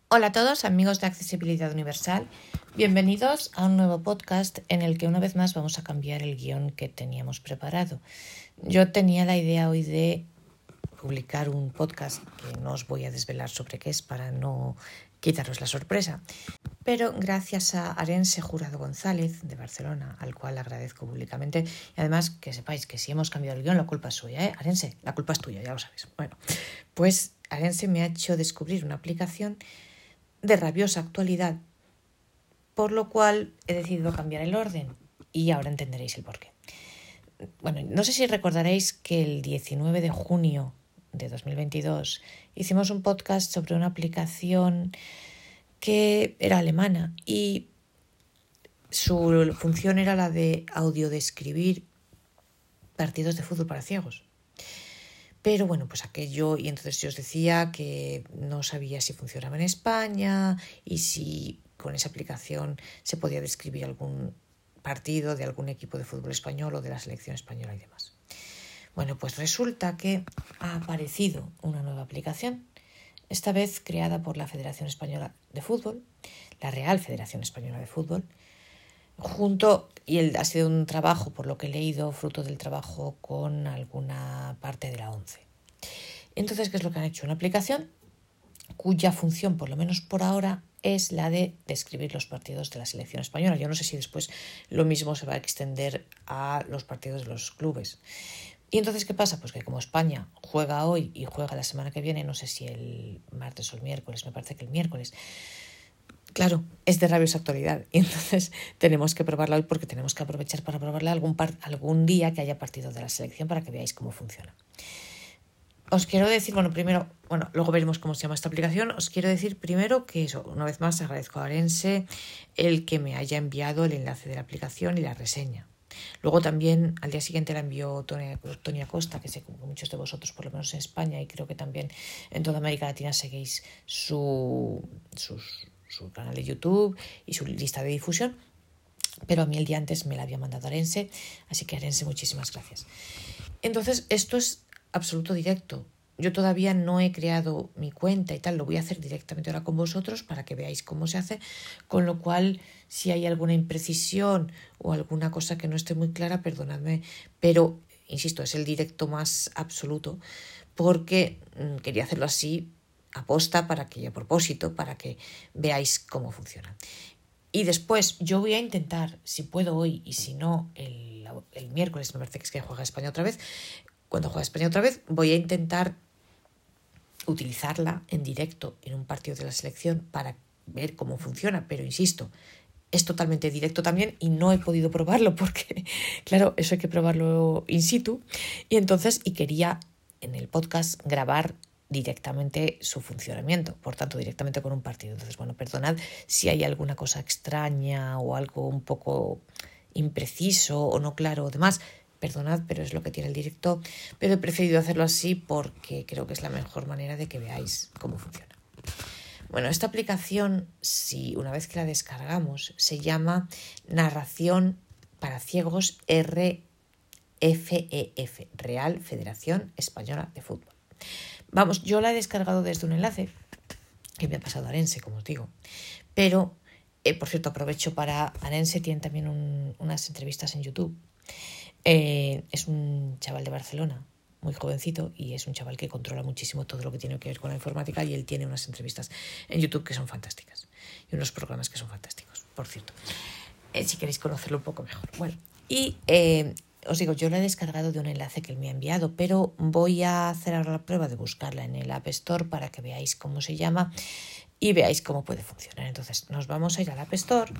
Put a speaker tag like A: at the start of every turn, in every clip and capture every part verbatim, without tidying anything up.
A: Hola a todos, amigos de Accesibilidad Universal. Bienvenidos a un nuevo podcast en el que una vez más vamos a cambiar el guión que teníamos preparado. Yo tenía la idea hoy de publicar un podcast que no os voy a desvelar sobre qué es para no quitaros la sorpresa. Pero gracias a Arense Jurado González de Barcelona, al cual agradezco públicamente, y además que sepáis que si hemos cambiado el guión, la culpa es suya, ¿eh? Arense, la culpa es tuya, ya lo sabéis. Bueno, pues Arense me ha hecho descubrir una aplicación de rabiosa actualidad, por lo cual he decidido cambiar el orden y ahora entenderéis el porqué. Bueno, no sé si recordaréis que el diecinueve de junio de dos mil veintidós hicimos un podcast sobre una aplicación que era alemana y su función era la de audiodescribir partidos de fútbol para ciegos. Pero bueno, pues aquello, y entonces yo os decía que no sabía si funcionaba en España y si con esa aplicación se podía describir algún partido de algún equipo de fútbol español o de la selección española y demás. Bueno, pues resulta que ha aparecido una nueva aplicación, esta vez creada por la Federación Española de Fútbol, la Real Federación Española de Fútbol, junto, y el, ha sido un trabajo, por lo que he leído, fruto del trabajo con alguna parte de la ONCE. Entonces, ¿qué es lo que han hecho? Una aplicación cuya función, por lo menos por ahora, es la de describir los partidos de la selección española. Yo no sé si después lo mismo se va a extender a los partidos de los clubes. Y entonces, ¿qué pasa? Pues que como España juega hoy y juega la semana que viene, no sé si el martes o el miércoles, me parece que el miércoles, claro, es de rabiosa actualidad y entonces tenemos que probarla hoy porque tenemos que aprovechar para probarla algún, par, algún día que haya partido de la selección para que veáis cómo funciona. Os quiero decir, bueno, primero, bueno, luego veremos cómo se llama esta aplicación. Os quiero decir primero que eso, una vez más agradezco a Arense el que me haya enviado el enlace de la aplicación y la reseña. Luego también al día siguiente la envió Tony, Tony Acosta, que sé que muchos de vosotros, por lo menos en España y creo que también en toda América Latina, seguís su, sus, su canal de YouTube y su lista de difusión. Pero a mí el día antes me la había mandado Arense, así que Arense, muchísimas gracias. Entonces, esto es absoluto directo. Yo todavía no he creado mi cuenta y tal, lo voy a hacer directamente ahora con vosotros para que veáis cómo se hace, con lo cual si hay alguna imprecisión o alguna cosa que no esté muy clara, perdonadme, pero insisto, es el directo más absoluto porque mmm, quería hacerlo así a posta para que, y a propósito, para que veáis cómo funciona. Y después yo voy a intentar, si puedo hoy y si no el, el miércoles, me parece que es que juega España otra vez, cuando juega España otra vez voy a intentar utilizarla en directo en un partido de la selección para ver cómo funciona, pero insisto, es totalmente directo también y no he podido probarlo porque, claro, eso hay que probarlo in situ y entonces, y quería en el podcast grabar directamente su funcionamiento, por tanto directamente con un partido. Entonces, bueno, perdonad si hay alguna cosa extraña o algo un poco impreciso o no claro o demás, perdonad, pero es lo que tiene el directo, pero he preferido hacerlo así porque creo que es la mejor manera de que veáis cómo funciona. Bueno, esta aplicación, si una vez que la descargamos, se llama Narración para Ciegos R F E F, Real Federación Española de Fútbol. Vamos, yo la he descargado desde un enlace que me ha pasado Arense, como os digo, pero, eh, por cierto, aprovecho para... Arense tiene también un, unas entrevistas en YouTube. Eh, es un chaval de Barcelona, muy jovencito, y es un chaval que controla muchísimo todo lo que tiene que ver con la informática y él tiene unas entrevistas en YouTube que son fantásticas y unos programas que son fantásticos, por cierto, eh, si queréis conocerlo un poco mejor. Bueno, y eh, os digo, yo la he descargado de un enlace que él me ha enviado, pero voy a hacer ahora la prueba de buscarla en el App Store para que veáis cómo se llama y veáis cómo puede funcionar. Entonces nos vamos a ir al App Store.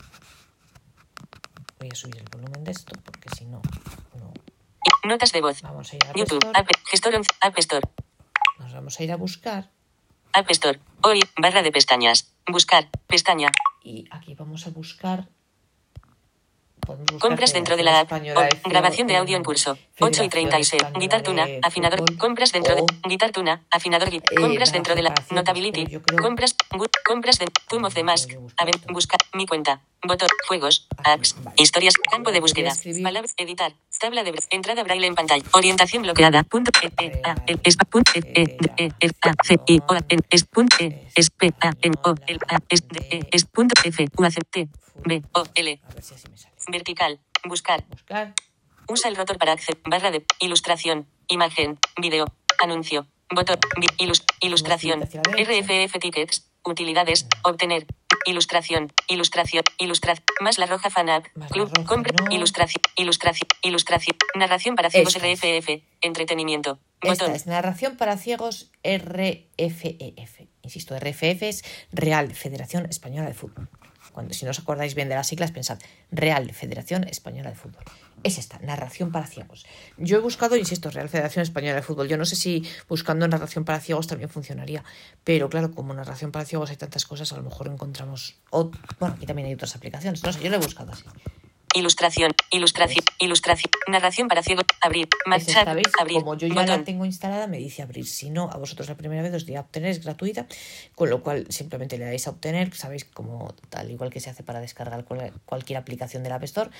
A: Voy a subir el volumen de esto porque si no, no.
B: Notas de voz.
A: Vamos a ir a App
B: YouTube.
A: Store.
B: App, gestor once, App Store.
A: Nos vamos a ir a buscar.
B: App Store. Hoy, barra de pestañas. Buscar. Pestaña.
A: Y aquí vamos a buscar Podemos buscar
B: Compras dentro de la app.
A: Española de
B: O- grabación de
A: Fútbol
B: audio en
A: en
B: curso.
A: Federación
B: ocho y treinta y seis.
A: Española
B: Guitar Tuna.
A: de
B: Afinador.
A: Fútbol
B: Compras dentro de.
A: o
B: Guitar Tuna. Afinador. gui-
A: eh,
B: Compras dentro de la.
A: narración para ciegos,
B: Notability.
A: pero yo creo-
B: Compras. gu- Compras de. Tomb of the Mask.
A: Yo busco
B: A ver.
A: esto.
B: Buscar. Mi cuenta. Botón. Juegos.
A: Aquí,
B: Apps.
A: vale.
B: Historias. Campo de
A: Ahora voy a
B: búsqueda.
A: escribir-
B: Palabras. Editar. Tabla de. Entrada braille en pantalla. Orientación bloqueada. Punto. E, E, A, L, es, punto, E, E, D, E, F, A, C, I, O, N, es, punto, E, es, P, A, N, O, L, A, es, D, E, es, punto, F, U, A, C, T, B, O, L.
A: A ver si así me sale.
B: Vertical. Buscar.
A: Buscar.
B: Usa el rotor para acceder. Barra de ilustración. Imagen. Video. Anuncio. Botón. vi- ilus- ilustración.
A: hacia la derecha.
B: R F F tickets. Utilidades. Obtener. Ilustración. Ilustración. Ilustración. Más la roja fan app.
A: Más la
B: Club.
A: roja,
B: Compra.
A: no.
B: Ilustración. Ilustración. Ilustración. Narración para ciegos
A: Esta
B: R
A: es.
B: F F. Entretenimiento.
A: Esta
B: Botón.
A: es narración para ciegos R F E F. Insisto, R F F es Real Federación Española de Fútbol. Cuando, si no os acordáis bien de las siglas, pensad Real Federación Española de Fútbol. Es esta, narración para ciegos. Yo he buscado, insisto, Real Federación Española de Fútbol. Yo no sé si buscando narración para ciegos también funcionaría, pero claro, como narración para ciegos hay tantas cosas, a lo mejor encontramos... O, bueno, aquí también hay otras aplicaciones. No sé, yo lo he buscado así.
B: Ilustración. Ilustración. Ilustración. Narración para ciegos. Abrir.
A: Es
B: Marchar.
A: esta, ¿veis?
B: Abrir.
A: Como yo ya
B: Botón.
A: la tengo instalada, me dice abrir. Si no, a vosotros la primera vez os dirá obtener, es gratuita, con lo cual simplemente le dais a obtener, sabéis, como tal igual que se hace para descargar cual- cualquier aplicación del App Store.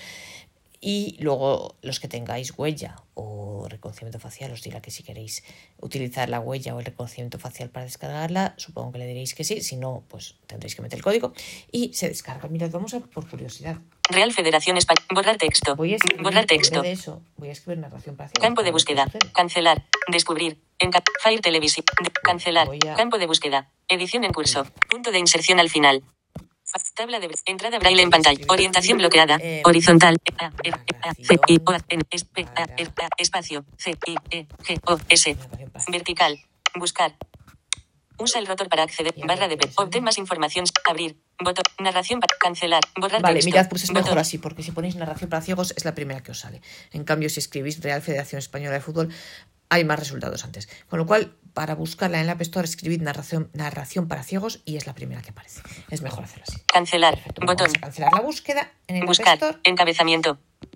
A: Y luego los que tengáis huella o reconocimiento facial os dirá que si queréis utilizar la huella o el reconocimiento facial para descargarla, supongo que le diréis que sí, si no, pues tendréis que meter el código y se descarga. Mirad, vamos a por curiosidad.
B: Real Federación Española. Borrar texto.
A: Voy a escribir,
B: Borrar
A: en vez
B: texto.
A: de eso, voy a escribir narración para ciegos.
B: Campo de
A: para ver qué
B: búsqueda.
A: sucede.
B: Cancelar. Descubrir. Enca Fire Televisión. Cancelar.
A: Voy a-
B: Campo de búsqueda. Edición en curso. Punto de inserción al final. Tabla de entrada braille en pantalla. Orientación bloqueada.
A: Eh,
B: Horizontal. A, R, A, C, I, O, N, S, P, A, R, A, espacio. C, I, E, G, O, S.
A: Narración para ciegos.
B: Vertical. Buscar. Usa el rotor para acceder.
A: Y a
B: Barra
A: ver
B: de
A: qué me sale.
B: obtén más información. Abrir. Botón. Narración para cancelar. Borrar
A: Vale,
B: texto.
A: mirad, pues es mejor
B: Botón.
A: así, porque si ponéis narración para ciegos es la primera que os sale. En cambio, si escribís Real Federación Española de Fútbol, hay más resultados antes. Con lo cual, para buscarla en la App Store, escribid narración, narración para ciegos y es la primera que aparece. Es mejor hacerlo así.
B: Cancelar.
A: Perfecto,
B: Botón.
A: vamos a cancelar la búsqueda en el App
B: Buscar.
A: Store.
B: Encabezamiento.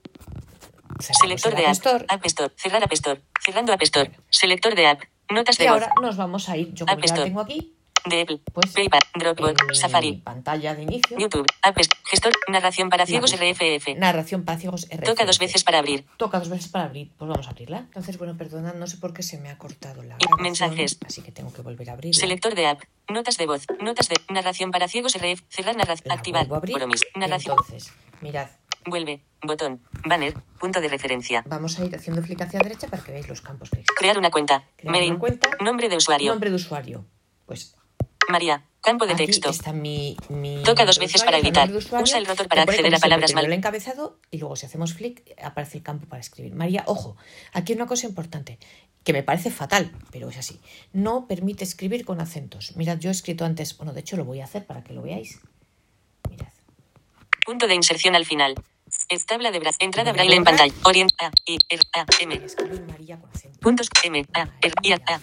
A: Cerramos
B: Selector
A: el
B: de
A: App
B: app.
A: Store.
B: App Store. Cerrar App Store. Cerrando App Store. Selector de app. Notas
A: Y
B: de voz.
A: ahora nos vamos a ir, yo como
B: App
A: ya la
B: Store.
A: tengo aquí,
B: De Apple.
A: pues
B: PayPal.
A: en
B: Dropbox.
A: mi
B: Safari.
A: pantalla de inicio,
B: YouTube. App Store. Gestor. Narración para
A: La
B: ciegos
A: busco.
B: R F F.
A: narración para ciegos R F F.
B: Toca dos veces para abrir.
A: Toca dos veces para abrir, pues vamos a abrirla. Entonces, bueno, perdona, no sé por qué se me ha cortado la
B: Y
A: grabación,
B: mensajes.
A: así que tengo que volver a abrirla.
B: Selector de app. Notas de voz. Notas de narración para ciegos R F. Cerrar narración.
A: La
B: Activar.
A: vuelvo a abrir.
B: Promis.
A: Y
B: Narración.
A: entonces, mirad,
B: Vuelve. Botón. Banner. Punto de referencia.
A: vamos a ir haciendo clic hacia la derecha para que veáis los campos que existen.
B: Crear una cuenta.
A: Crear
B: Mail.
A: una cuenta.
B: Nombre de usuario.
A: Nombre de usuario. Pues
B: María. Campo de
A: aquí
B: texto.
A: está mi, mi
B: Toca dos
A: nombre de
B: veces
A: usuario,
B: para
A: el
B: editar.
A: nombre de usuario,
B: Usa el rotor
A: que
B: para
A: pone
B: acceder
A: como
B: a palabras
A: siempre,
B: mal.
A: primero el encabezado y luego si hacemos clic aparece el campo para escribir. María, ojo, aquí hay una cosa importante que me parece fatal, pero es así. No permite escribir con acentos. Mirad, yo he escrito antes, bueno, de hecho lo voy a hacer para que lo veáis. Mirad.
B: Punto de inserción al final. Es tabla de bra- entrada
A: Voy a
B: braille en
A: borrar.
B: pantalla. Orient A, I, R, A, M.
A: Voy a escribir María con acento.
B: Puntos M, A, R, I, A, A.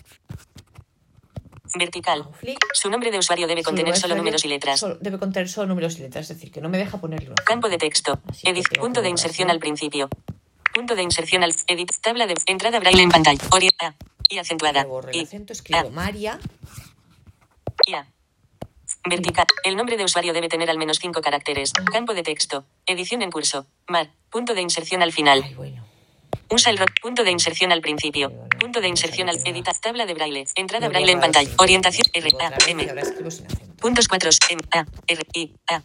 B: Vertical.
A: Hago flick.
B: Su nombre de usuario debe
A: Su
B: contener
A: nombre de
B: solo
A: usuario
B: números y letras.
A: solo- debe contener solo números y letras, es decir, que no me deja ponerlo.
B: Campo de texto.
A: Así que
B: Edit.
A: tengo
B: Punto
A: que
B: de
A: borrar,
B: inserción
A: ¿sí?
B: al principio. Punto de inserción al edit. Tabla de entrada braille en pantalla. Orient A. Y acentuada.
A: Le borro el
B: I,
A: acento, escribo
B: A,
A: María.
B: I, A. Vertical. El nombre de usuario debe tener al menos cinco caracteres. Campo de texto. Edición en curso. Mar. Punto de inserción al final.
A: Ay, bueno.
B: Usa el rock. Punto de inserción al principio.
A: Pero no,
B: Punto de
A: no
B: inserción al
A: sale nada.
B: editar. Tabla de braille. Entrada
A: Lo
B: braille en
A: borro
B: pantalla.
A: así.
B: Orientación R,
A: Escribo
B: A,
A: otra vez y
B: M.
A: ahora escribo sin acento.
B: Puntos cuatro. M, A, R, I, A.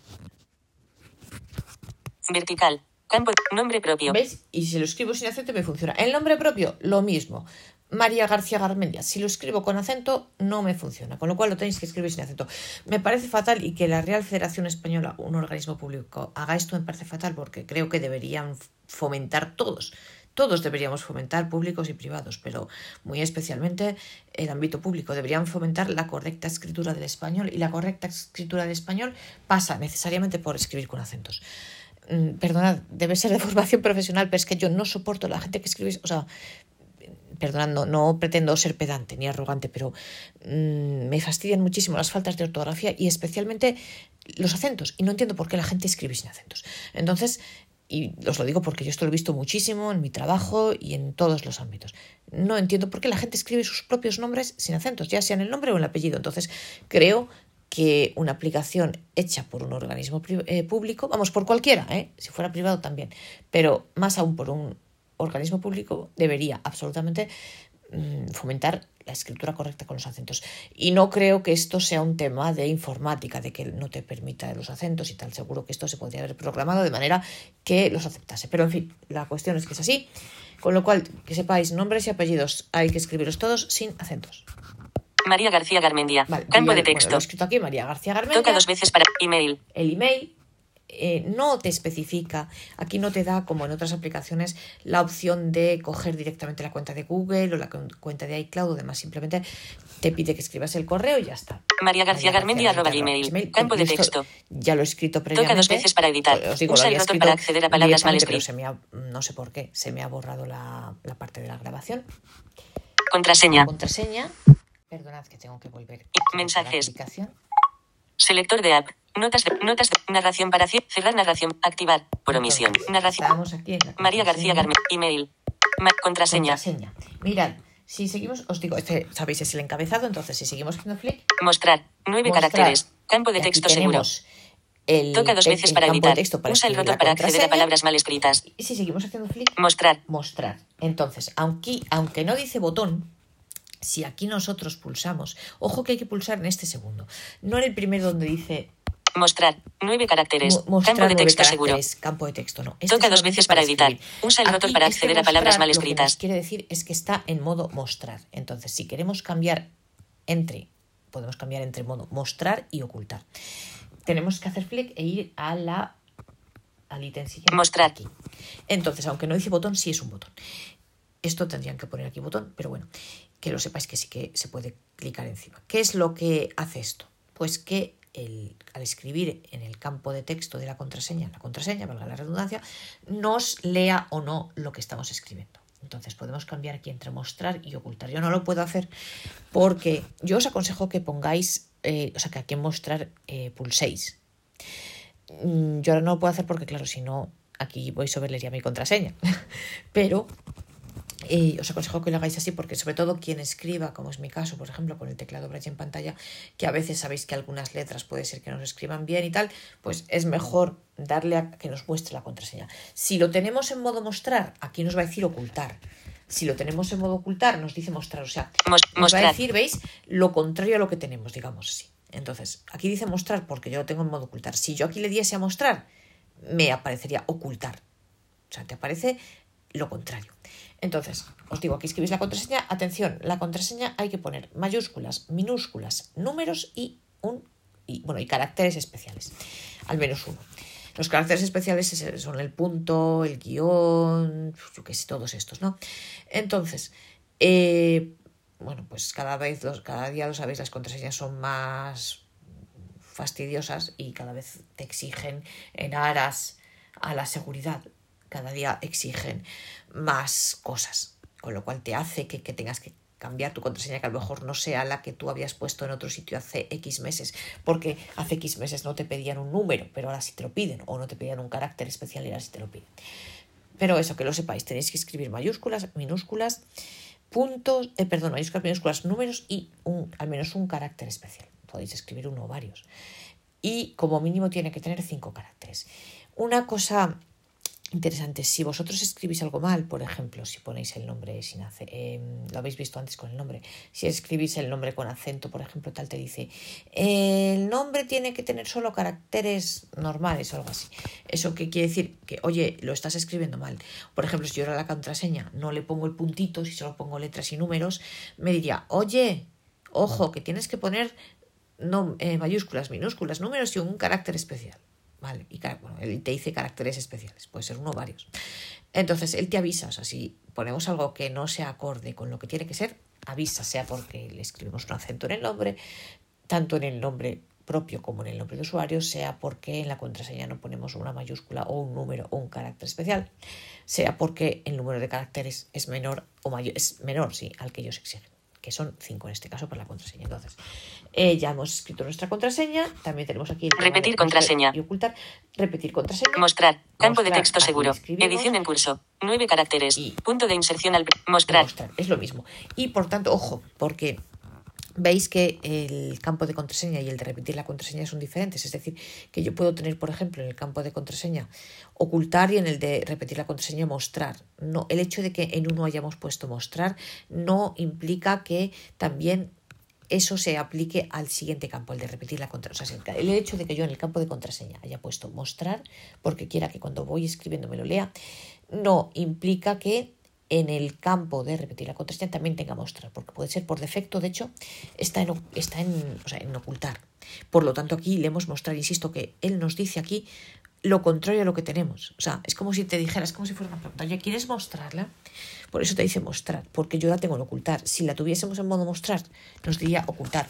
B: Vertical. Campo. Nombre propio.
A: ¿Veis? Y si lo escribo sin acento me funciona. El nombre propio, lo mismo. María García Garmendia. Si lo escribo con acento, no me funciona. Con lo cual lo tenéis que escribir sin acento. Me parece fatal y que la Real Federación Española, un organismo público, haga esto me parece fatal porque creo que deberían fomentar todos. Todos deberíamos fomentar, públicos y privados, pero muy especialmente el ámbito público. Deberían fomentar la correcta escritura del español y la correcta escritura del español pasa necesariamente por escribir con acentos. Mm, Perdonad, debe ser de formación profesional, pero es que yo no soporto la gente que escribe, o sea, perdonad, no, no pretendo ser pedante ni arrogante, pero mmm, me fastidian muchísimo las faltas de ortografía y especialmente los acentos. Y no entiendo por qué la gente escribe sin acentos. Entonces, Y os lo digo porque yo esto lo he visto muchísimo en mi trabajo y en todos los ámbitos. No entiendo por qué la gente escribe sus propios nombres sin acentos, ya sea en el nombre o en el apellido. Entonces, creo que una aplicación hecha por un organismo eh, público, vamos, por cualquiera, ¿eh? Si fuera privado también, pero más aún por un organismo público, debería absolutamente mmm, fomentar la escritura correcta con los acentos. Y no creo que esto sea un tema de informática, de que no te permita los acentos y tal. Seguro que esto se podría haber programado de manera que los aceptase. Pero en fin, la cuestión es que es así. Con lo cual, que sepáis, nombres y apellidos hay que escribirlos todos sin acentos.
B: María García Garmendia.
A: Vale,
B: Campo
A: yo,
B: de texto.
A: Bueno, lo he escrito aquí, María García Garmendia.
B: Toca dos veces para email.
A: El email eh, no te especifica, aquí no te da, como en otras aplicaciones, la opción de coger directamente la cuenta de Google o la cuenta de iCloud o demás. Simplemente te pide que escribas el correo y ya está.
B: María García Garmendia arroba gmail. Campo de texto.
A: Ya lo he escrito previamente.
B: Toca dos veces para editar.
A: Os digo,
B: Usa el botón para acceder a palabras mal escritas.
A: Se me ha, no sé por qué, se me ha borrado la, la parte de la grabación.
B: Contraseña.
A: Contraseña. Perdonad que tengo que volver.
B: Mensajes.
A: A la
B: Selector de app. Notas de, notas de narración para cerrar narración. Activar. Por omisión.
A: Entonces,
B: narración.
A: Estamos aquí en la
B: María García Garmendia. Email. Ma contraseña.
A: Contraseña. Mirad, si seguimos, os digo, este, sabéis, es el encabezado, entonces si seguimos haciendo flick.
B: Mostrar. Nueve
A: Mostrar.
B: caracteres. Campo de
A: Y aquí
B: texto seguro.
A: tenemos El,
B: Toca dos veces
A: el, el
B: para
A: campo
B: editar.
A: de texto para
B: Usa el
A: escribir
B: botón
A: la
B: para acceder a
A: contraseña.
B: palabras mal escritas.
A: Y si seguimos haciendo flick,
B: Mostrar.
A: mostrar. Entonces, aunque, aunque no dice botón, si aquí nosotros pulsamos, ojo que hay que pulsar en este segundo, no en el primero donde dice
B: mostrar, nueve caracteres,
A: mo mostrar
B: campo de
A: nueve
B: texto seguro.
A: Campo de texto, no. Este
B: Toca dos
A: solamente
B: veces para editar.
A: escribir.
B: Usa el botón
A: Aquí
B: para
A: este
B: acceder a palabras
A: mostrar
B: mal
A: Lo que
B: escritas.
A: nos quiere decir es que está en modo mostrar. Entonces, si queremos cambiar entre, podemos cambiar entre modo mostrar y ocultar. Tenemos que hacer flick e ir a la al ítem siguiente.
B: Mostrar.
A: Aquí. Entonces, aunque no dice botón, sí es un botón. Esto tendrían que poner aquí botón, pero bueno, que lo sepáis que sí que se puede clicar encima. ¿Qué es lo que hace esto? Pues que el, al escribir en el campo de texto de la contraseña, la contraseña, valga la redundancia, nos lea o no lo que estamos escribiendo. Entonces podemos cambiar aquí entre mostrar y ocultar. Yo no lo puedo hacer porque yo os aconsejo que pongáis, eh, o sea, que aquí en mostrar eh, pulséis. Yo ahora no lo puedo hacer porque, claro, si no, aquí VoiceOver leería mi contraseña. Pero eh, os aconsejo que lo hagáis así porque, sobre todo, quien escriba, como es mi caso, por ejemplo, con el teclado Braille en pantalla, que a veces sabéis que algunas letras puede ser que no se escriban bien y tal, pues es mejor darle a que nos muestre la contraseña. Si lo tenemos en modo mostrar, aquí nos va a decir ocultar. Si lo tenemos en modo ocultar, nos dice mostrar. O sea,
B: Mos
A: nos
B: mostrar.
A: va a decir, ¿veis? Lo contrario a lo que tenemos, digamos así. Entonces, aquí dice mostrar porque yo lo tengo en modo ocultar. Si yo aquí le diese a mostrar, me aparecería ocultar. O sea, te aparece lo contrario. Entonces, os digo, aquí escribís la contraseña. Atención, la contraseña hay que poner mayúsculas, minúsculas, números y un y bueno y caracteres especiales. Al menos uno. Los caracteres especiales son el punto, el guión, yo qué sé, todos estos, ¿no? Entonces, eh, bueno, pues cada vez, los, cada día lo sabéis, las contraseñas son más fastidiosas y cada vez te exigen en aras a la seguridad. Cada día exigen más cosas, con lo cual te hace que, que tengas que cambiar tu contraseña, que a lo mejor no sea la que tú habías puesto en otro sitio hace X meses, porque hace X meses no te pedían un número, pero ahora sí te lo piden, o no te pedían un carácter especial y ahora sí te lo piden. Pero eso, que lo sepáis, tenéis que escribir mayúsculas, minúsculas, puntos, eh, perdón, mayúsculas, minúsculas, números y un, al menos un carácter especial. Podéis escribir uno o varios. Y como mínimo tiene que tener cinco caracteres. Una cosa interesante, si vosotros escribís algo mal, por ejemplo, si ponéis el nombre sin acento, eh, lo habéis visto antes con el nombre, si escribís el nombre con acento, por ejemplo, tal te dice, el nombre tiene que tener solo caracteres normales o algo así. ¿Eso qué quiere decir? Que, oye, lo estás escribiendo mal. Por ejemplo, si yo ahora la contraseña no le pongo el puntito, si solo pongo letras y números, me diría, oye, ojo, que tienes que poner no, eh, mayúsculas, minúsculas, números y un carácter especial. Vale, y bueno, él te dice caracteres especiales, puede ser uno o varios. Entonces, él te avisa, o sea, si ponemos algo que no sea acorde con lo que tiene que ser, avisa, sea porque le escribimos un acento en el nombre, tanto en el nombre propio como en el nombre de usuario, sea porque en la contraseña no ponemos una mayúscula o un número o un carácter especial, sea porque el número de caracteres es menor o mayor, es menor, sí, al que ellos exigen. que son cinco en este caso para la contraseña. Entonces, eh, ya hemos escrito nuestra contraseña, también tenemos aquí... El
B: repetir contraseña.
A: Y ocultar, repetir contraseña.
B: Mostrar, campo
A: mostrar,
B: de texto seguro, edición en curso, nueve caracteres, y punto de inserción al... Mostrar.
A: mostrar. Es lo mismo. Y por tanto, ojo, porque... Veis que el campo de contraseña y el de repetir la contraseña son diferentes. Es decir, que yo puedo tener, por ejemplo, en el campo de contraseña ocultar y en el de repetir la contraseña mostrar. No, el hecho de que en uno hayamos puesto mostrar no implica que también eso se aplique al siguiente campo, el de repetir la contraseña. O sea, el hecho de que yo en el campo de contraseña haya puesto mostrar, porque quiera que cuando voy escribiendo me lo lea, no implica que en el campo de repetir la contraseña también tenga mostrar, porque puede ser por defecto, de hecho, está en, está en, o sea, en ocultar. Por lo tanto, aquí le hemos mostrar, insisto, que él nos dice aquí lo contrario a lo que tenemos. O sea, es como si te dijera, es como si fuera una pregunta, oye, ¿quieres mostrarla? Por eso te dice mostrar, porque yo la tengo en ocultar. Si la tuviésemos en modo mostrar, nos diría ocultar.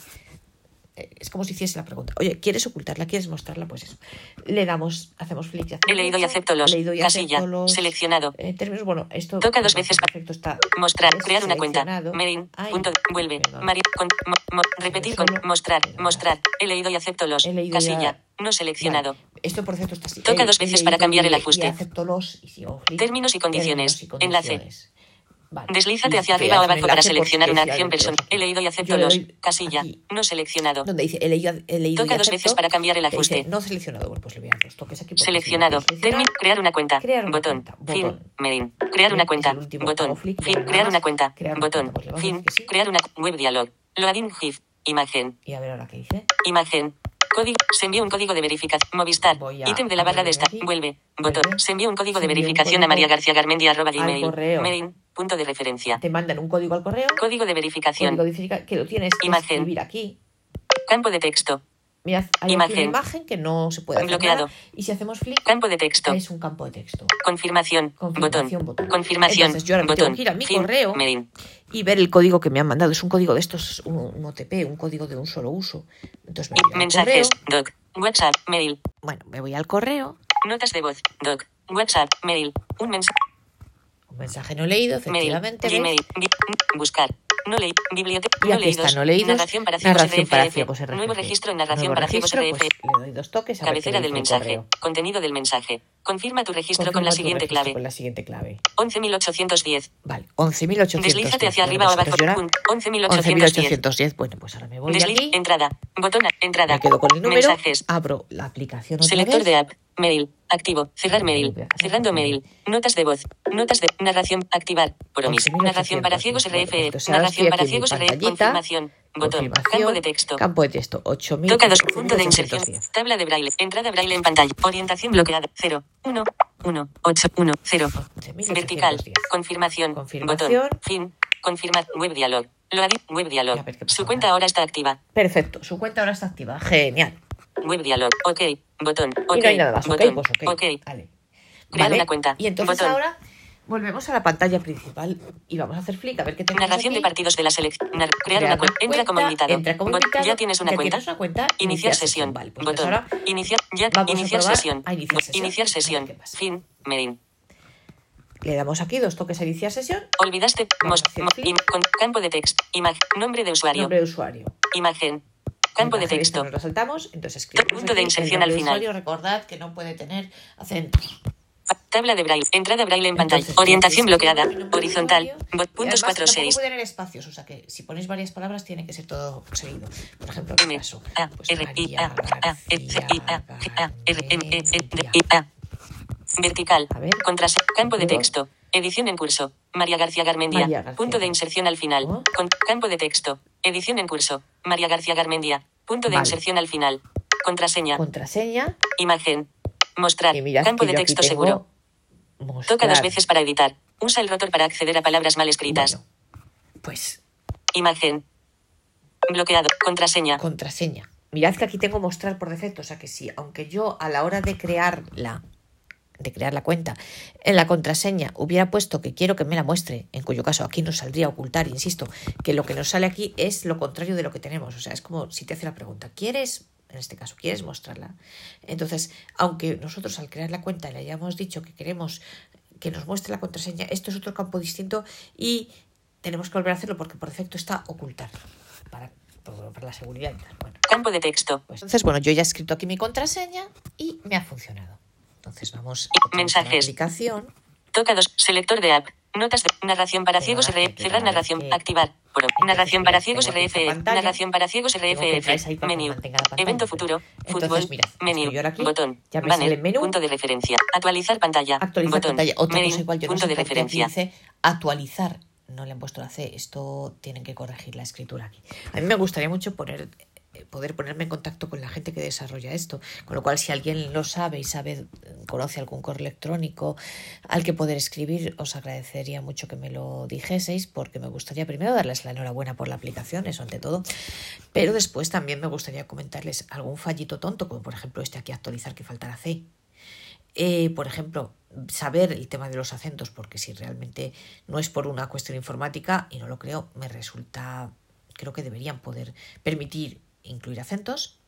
A: Es como si hiciese la pregunta, oye, ¿quieres ocultarla? ¿Quieres mostrarla? Pues eso. Le damos, hacemos flick.
B: He leído y acepto los.
A: Leído y
B: casilla.
A: Acepto los,
B: seleccionado.
A: Eh, términos, bueno, esto.
B: Toca dos veces.
A: Perfecto, está.
B: Mostrar, crear una cuenta. Merin, punto, vuelve. Mari, con, mo, mo, repetir con, mostrar, mostrar. He leído y acepto los. Casilla. Ya, no seleccionado.
A: Vale. Esto, por cierto, está así.
B: Toca
A: he,
B: dos veces
A: he
B: para cambiar
A: y,
B: el ajuste.
A: Y acepto los. Y sigo flick,
B: términos y condiciones.
A: Términos y condiciones.
B: Enlace.
A: Vale.
B: Deslízate hacia arriba o abajo para seleccionar una acción personal. He leído y acepto los. Casilla. Aquí, no seleccionado.
A: Donde dice he leído, he leído
B: Toca
A: y
B: dos
A: acepto,
B: veces para cambiar el ajuste.
A: Dice, no seleccionado. Bueno, pues le voy a dar dos toques aquí.
B: Seleccionado. Termin. Crear una cuenta.
A: Crear una
B: botón.
A: cuenta.
B: Fin.
A: Botón.
B: Merin. Crear una cuenta. Botón.
A: Flick,
B: Fin. Crear una cuenta.
A: Crear
B: botón.
A: Cuenta. Pues
B: fin.
A: Sí.
B: Crear una web dialog. Loading GIF. Imagen.
A: Y a ver ahora qué dice.
B: Imagen. Código. Se envía un código de verificación. Movistar. Ítem de la barra de esta. Vuelve. Botón.
A: Vuelve.
B: Se envía un código de
A: Se envía un
B: verificación
A: código
B: a María García Garmendia arroba
A: al
B: gmail.
A: correo.
B: Merin. Punto de referencia.
A: Te mandan un código al correo.
B: Código de verificación.
A: Código de verificación que lo tienes que
B: Imagen.
A: escribir aquí.
B: Campo de texto.
A: Mirad, hay
B: Imagen.
A: aquí una imagen que no se puede hacer
B: Bloqueado.
A: nada, y si hacemos flick
B: Campo de texto.
A: es un campo de texto.
B: Confirmación.
A: Confirmación,
B: botón.
A: botón.
B: Confirmación.
A: Entonces yo ahora me
B: botón.
A: tengo que ir a mi
B: fin.
A: correo
B: Merin.
A: y ver el código que me han mandado. Es un código de estos, un, un O T P, un código de un solo uso. Entonces me voy al
B: Mensajes.
A: correo.
B: Doc. WhatsApp. Mail.
A: Bueno, me voy al correo.
B: Notas de voz. Doc. WhatsApp. Mail. Un mensaje.
A: Un mensaje no leído,
B: Mail.
A: efectivamente.
B: Gmail. Bi- Buscar. No leí. Biblioteca.
A: Y
B: No
A: aquí
B: leídos.
A: está, no leídos.
B: Narración para ciegos
A: Narración para
B: R F F.
A: ciegos R F F.
B: Nuevo registro en narración
A: Nuevo
B: para ciegos
A: registro,
B: R F F.
A: pues le doy dos toques. A ver
B: Cabecera
A: qué
B: del
A: dice el
B: mensaje.
A: correo.
B: Contenido del mensaje. Confirma tu registro
A: Confirma
B: con la
A: tu
B: siguiente
A: registro
B: clave.
A: Con la siguiente clave.
B: once mil ochocientos diez.
A: Vale, once mil ochocientos diez.
B: Deslízate hacia arriba o
A: Bueno,
B: abajo.
A: pues ahora
B: Punto. once mil
A: once mil
B: ochocientos diez.
A: ochocientos diez. Bueno, pues ahora me voy
B: Desliz.
A: aquí.
B: Entrada. Botón. a- Entrada.
A: Me quedo con el número.
B: Mensajes.
A: Abro la aplicación otra
B: Selector
A: vez.
B: de app. Mail. Activo. Cerrar mail. Cerrando mail. Notas de voz. Notas de narración. Activar. Promis. Narración para ciegos R F F.
A: Entonces, ahora
B: Narración
A: estoy
B: para
A: aquí en mi
B: ciegos R F F.
A: pantallita.
B: Confirmación. Botón.
A: Confirmación.
B: Campo de texto.
A: Campo de texto. ocho mil
B: Toca dos. Punto de inserción.
A: ochocientos diez.
B: Tabla de braille. Entrada braille en pantalla. Orientación bloqueada. cero. uno. uno. ocho. uno. cero.
A: once mil ochocientos
B: Vertical.
A: diez.
B: Confirmación.
A: Confirmación.
B: Botón. Fin. Confirmar. Web dialog. Loading. Web dialog.
A: A ver qué pasa
B: Su
A: ahora.
B: cuenta ahora está activa.
A: Perfecto. Su cuenta ahora está activa. Genial.
B: Web dialog. Ok. Botón. Ok.
A: Y no hay nada más. Ok,
B: Botón.
A: pues ok.
B: Ok.
A: Vale.
B: Crear
A: Vale.
B: una cuenta.
A: Y entonces
B: Botón.
A: ahora volvemos a la pantalla principal y vamos a hacer flick a ver qué tenemos
B: Narración
A: aquí.
B: de partidos de la selección. Crear,
A: Crear
B: una
A: una
B: cuenta. Entra como
A: cuenta,
B: invitado.
A: entra como
B: Bot-
A: invitado.
B: ¿Ya tienes una
A: ¿Ya
B: cuenta?
A: tienes una cuenta?
B: Iniciar
A: Iniciar
B: sesión.
A: sesión. Vale, pues
B: Botón.
A: ahora
B: Iniciar. Ya.
A: vamos a
B: Iniciar
A: probar
B: sesión.
A: a iniciar
B: Bot-
A: sesión.
B: Iniciar
A: A ver
B: sesión.
A: qué pasa.
B: Fin. Merin.
A: Le damos aquí dos toques a iniciar sesión.
B: Olvidaste.
A: Vamos
B: Mos,
A: a hacer
B: mo-
A: clic.
B: im- con, campo de texto. Imagen. Nombre de usuario.
A: Nombre de usuario.
B: Imagen. Campo de
A: Imagen,
B: texto.
A: esto nos lo saltamos. Entonces escribimos
B: Punto de
A: aquí
B: inserción
A: el nombre
B: al
A: de
B: final.
A: usuario. Recordad que no puede tener acentos.
B: Tabla de braille. Entrada braille en pantalla.
A: Entonces,
B: Orientación
A: escribimos
B: bloqueada.
A: mi nombre de
B: Horizontal.
A: usuario.
B: Bot-
A: Y
B: Puntos
A: además
B: cuatro
A: tampoco
B: seis.
A: puede tener espacios, o sea que si ponéis varias palabras tiene que ser todo seguido. Por ejemplo, en
B: M
A: este caso,
B: A
A: pues
B: R I
A: María
B: A A F I A
A: García
B: A R M E D
A: Garmendia.
B: I A. Vertical.
A: A ver.
B: Contrase. Campo de
A: Luego.
B: texto. Edición en curso. María García Garmendia.
A: María García.
B: Punto de inserción al final.
A: ¿Oh?
B: Con, campo de texto. Edición en curso. María García Garmendia. Punto de
A: Vale.
B: inserción al final. Contraseña.
A: Contraseña.
B: Imagen. Mostrar.
A: Y mirad
B: Campo
A: que
B: de
A: yo aquí
B: texto
A: tengo
B: seguro.
A: mostrar.
B: Toca dos veces para editar. Usa el rotor para acceder a palabras mal escritas.
A: Bueno, pues
B: Imagen. Bloqueado. Contraseña.
A: contraseña. Mirad que aquí tengo mostrar por defecto, o sea que si, aunque yo a la hora de crearla, de crear la cuenta, en la contraseña hubiera puesto que quiero que me la muestre, en cuyo caso aquí nos saldría ocultar, insisto, que lo que nos sale aquí es lo contrario de lo que tenemos. O sea, es como si te hace la pregunta, ¿quieres, en este caso, quieres mostrarla? Entonces, aunque nosotros al crear la cuenta le hayamos dicho que queremos que nos muestre la contraseña, esto es otro campo distinto y tenemos que volver a hacerlo porque por defecto está ocultar para, para la seguridad. Bueno,
B: campo de texto.
A: Pues entonces, bueno, yo ya he escrito aquí mi contraseña y me ha funcionado. Entonces vamos a
B: mensajes.
A: la aplicación.
B: Toca dos. Selector de app. Notas de narración para ciegos R F. Cerrar narración. Activar. Pro. Narración para ciegos R F E. Narración para ciegos R F F. Menú. Evento futuro. Fútbol. Menú. Botón. Banner. Punto de referencia. Actualizar pantalla.
A: Actualizar
B: Botón.
A: pantalla. Otra
B: Menú.
A: cosa igual, yo no
B: Punto
A: sé
B: de
A: por qué aquí
B: referencia.
A: dice actualizar. No le han puesto la C. Esto tienen que corregir la escritura aquí. A mí me gustaría mucho poner... poder ponerme en contacto con la gente que desarrolla esto, con lo cual si alguien lo sabe y sabe, conoce algún correo electrónico al que poder escribir, os agradecería mucho que me lo dijeseis, porque me gustaría primero darles la enhorabuena por la aplicación, eso ante todo, pero después también me gustaría comentarles algún fallito tonto, como por ejemplo este aquí, actualizar, que falta la C. Eh, por ejemplo, saber el tema de los acentos, porque si realmente no es por una cuestión informática, y no lo creo, me resulta, creo que deberían poder permitir incluir acentos.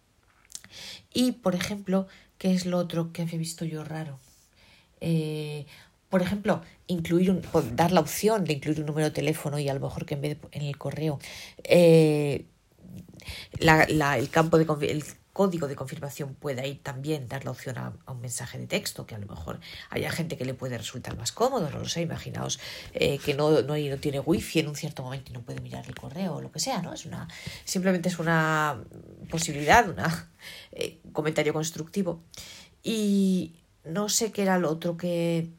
A: Y, por ejemplo, ¿qué es lo otro que he visto yo raro? Eh, por ejemplo, incluir un, dar la opción de incluir un número de teléfono y a lo mejor que en vez de en el correo eh, la, la, el campo de el código de confirmación pueda ir también, dar la opción a, a un mensaje de texto, que a lo mejor haya gente que le puede resultar más cómodo, no lo sé, imaginaos eh, que no, no, hay, no tiene wifi en un cierto momento y no puede mirar el correo o lo que sea, ¿no? Es una, simplemente es una posibilidad, un eh, comentario constructivo. Y no sé qué era lo otro que...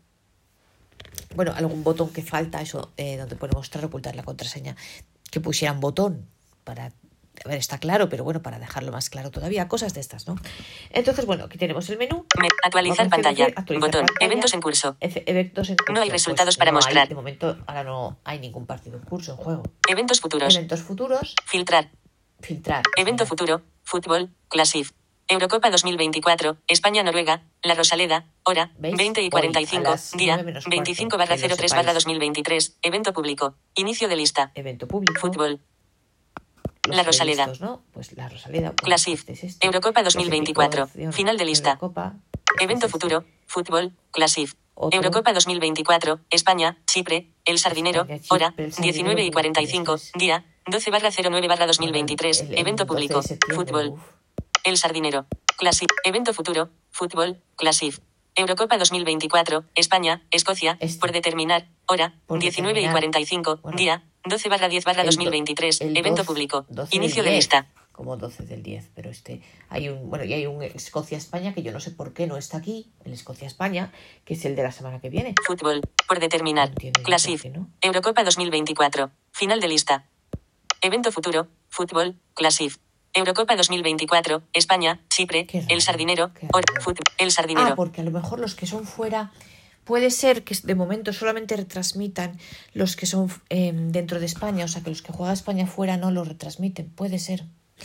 A: Bueno, algún botón que falta, eso, eh, donde puede mostrar, ocultar la contraseña, que pusieran botón para... A ver, está claro, pero bueno, para dejarlo más claro todavía, cosas de estas, ¿no? Entonces, bueno, aquí tenemos el menú.
B: Actualizar pantalla.
A: Actualizar
B: Botón.
A: pantalla.
B: Eventos en curso.
A: Efe, eventos en curso.
B: No hay resultados
A: pues
B: para
A: no
B: mostrar.
A: Hay, de momento, ahora no hay ningún partido en curso, en juego.
B: Eventos futuros.
A: Eventos futuros.
B: Filtrar.
A: Filtrar.
B: Evento
A: Mira.
B: futuro. Fútbol. Classic. Eurocopa dos mil veinticuatro. España-Noruega. La Rosaleda. Hora.
A: ¿Veis?
B: veinte y cuarenta y cinco. Día. veinticinco barra cero tres barra dos mil veintitrés. Evento público. Inicio de lista.
A: Evento público.
B: Fútbol.
A: Los
B: La Rosaleda.
A: previstos, ¿no? Pues la Rosaleda. Pues
B: Classic.
A: este es este.
B: Eurocopa dos mil veinticuatro.
A: Clasificación.
B: Final de lista.
A: Eurocopa. Este
B: Evento
A: es este.
B: futuro. Fútbol. Classic.
A: Otro.
B: Eurocopa dos mil veinticuatro. España. Chipre. El Sardinero.
A: España, Chipre,
B: Hora.
A: El Sardinero,
B: diecinueve y cuarenta y cinco.
A: este es-
B: Día. doce barra cero nueve barra dos mil veintitrés.
A: El- el
B: Evento
A: doce de
B: público.
A: septiembre,
B: Fútbol.
A: uf.
B: El Sardinero. Classic. Evento futuro. Fútbol. Classic. Eurocopa dos mil veinticuatro. España. Escocia.
A: Este.
B: Por determinar. Hora.
A: Por
B: diecinueve y
A: determinar.
B: cuarenta y cinco.
A: Bueno.
B: Día. doce barra diez barra
A: El
B: dos
A: do-
B: mil veintitrés.
A: el
B: Evento
A: doce-
B: público.
A: doce
B: Inicio
A: del
B: de
A: diez,
B: lista.
A: Como doce del diez, pero este hay un bueno y hay un Escocia-España que yo no sé por qué no está aquí, el Escocia-España, que es el de la semana que viene.
B: Fútbol. Por determinar.
A: No entiendo yo
B: Classic.
A: por qué no.
B: Eurocopa dos mil veinticuatro. Final de lista. Evento futuro. Fútbol. Classic. Eurocopa dos mil veinticuatro. España. Chipre.
A: Qué raro,
B: El Sardinero.
A: qué
B: Hora.
A: raro.
B: Fútbol. El Sardinero.
A: Ah, porque a lo mejor los que son fuera puede ser que de momento solamente retransmitan los que son eh, dentro de España, o sea que los que juega España fuera no los retransmiten, puede ser.